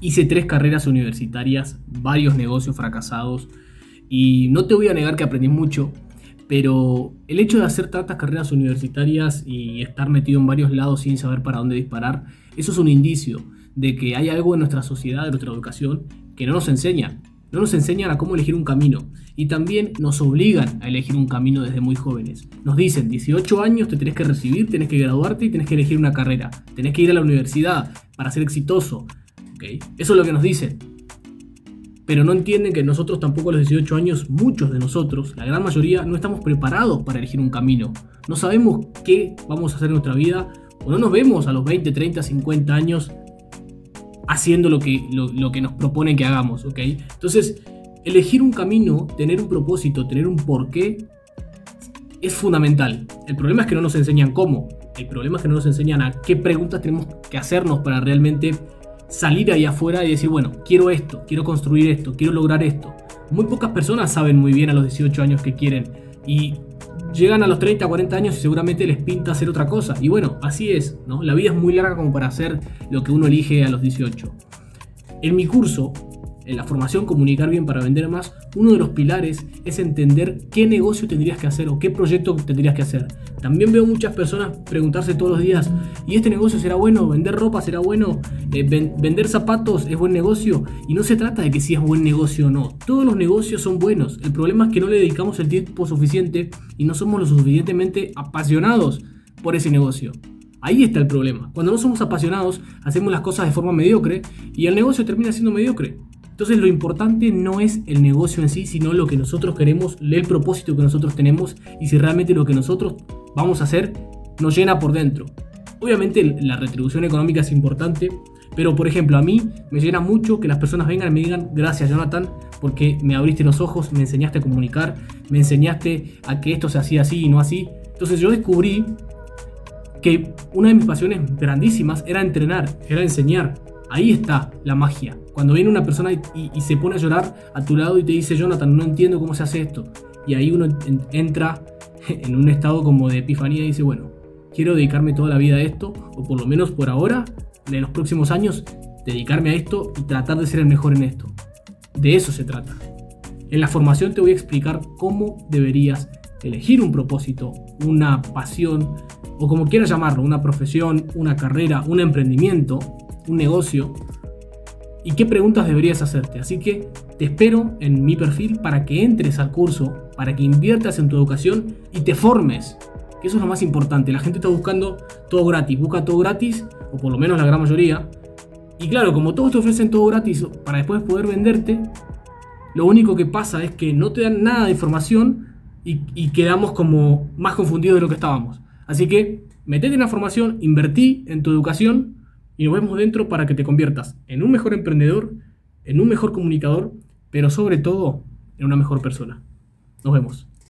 Hice 3 carreras universitarias, varios negocios fracasados y no te voy a negar que aprendí mucho, pero el hecho de hacer tantas carreras universitarias y estar metido en varios lados sin saber para dónde disparar, eso es un indicio de que hay algo en nuestra sociedad, en nuestra educación, que no nos enseñan. No nos enseñan a cómo elegir un camino y también nos obligan a elegir un camino desde muy jóvenes. Nos dicen, 18 años te tenés que recibir, tenés que graduarte y tenés que elegir una carrera. Tenés que ir a la universidad para ser exitoso. ¿Okay? Eso es lo que nos dicen. Pero no entienden que nosotros tampoco a los 18 años, muchos de nosotros, la gran mayoría, no estamos preparados para elegir un camino. No sabemos qué vamos a hacer en nuestra vida o no nos vemos a los 20, 30, 50 años haciendo lo que nos proponen que hagamos, ¿ok? Entonces, elegir un camino, tener un propósito, tener un porqué, es fundamental. El problema es que no nos enseñan cómo. El problema es que no nos enseñan a qué preguntas tenemos que hacernos para realmente salir ahí afuera y decir, bueno, quiero esto, quiero construir esto, quiero lograr esto. Muy pocas personas saben muy bien a los 18 años qué quieren y llegan a los 30, 40 años y seguramente les pinta hacer otra cosa. Y bueno, así es, ¿no? La vida es muy larga como para hacer lo que uno elige a los 18. En mi curso, en la formación Comunicar Bien para Vender Más, uno de los pilares es entender qué negocio tendrías que hacer o qué proyecto tendrías que hacer. También veo muchas personas preguntarse todos los días, ¿y este negocio será bueno? ¿Vender ropa será bueno? ¿Vender zapatos es buen negocio? Y no se trata de que si es buen negocio o no. Todos los negocios son buenos. El problema es que no le dedicamos el tiempo suficiente y no somos lo suficientemente apasionados por ese negocio. Ahí está el problema. Cuando no somos apasionados, hacemos las cosas de forma mediocre y el negocio termina siendo mediocre. Entonces lo importante no es el negocio en sí, sino lo que nosotros queremos, el propósito que nosotros tenemos y si realmente lo que nosotros vamos a hacer nos llena por dentro. Obviamente la retribución económica es importante, pero por ejemplo a mí me llena mucho que las personas vengan y me digan gracias Jonathan porque me abriste los ojos, me enseñaste a comunicar, me enseñaste a que esto se hacía así y no así. Entonces yo descubrí que una de mis pasiones grandísimas era entrenar, era enseñar. Ahí está la magia. Cuando viene una persona y se pone a llorar a tu lado y te dice Jonathan, no entiendo cómo se hace esto. Y ahí uno entra en un estado como de epifanía y dice, bueno, quiero dedicarme toda la vida a esto, o por lo menos por ahora, en los próximos años, dedicarme a esto y tratar de ser el mejor en esto. De eso se trata. En la formación te voy a explicar cómo deberías elegir un propósito, una pasión, o como quieras llamarlo, una profesión, una carrera, un emprendimiento, un negocio, y qué preguntas deberías hacerte. Así que te espero en mi perfil para que entres al curso, para que inviertas en tu educación y te formes, que eso es lo más importante. La gente está buscando todo gratis, busca todo gratis, o por lo menos la gran mayoría, y claro, como todos te ofrecen todo gratis para después poder venderte, lo único que pasa es que no te dan nada de información y quedamos como más confundidos de lo que estábamos. Así que metete en la formación, invertí en tu educación y nos vemos dentro para que te conviertas en un mejor emprendedor, en un mejor comunicador, pero sobre todo en una mejor persona. Nos vemos.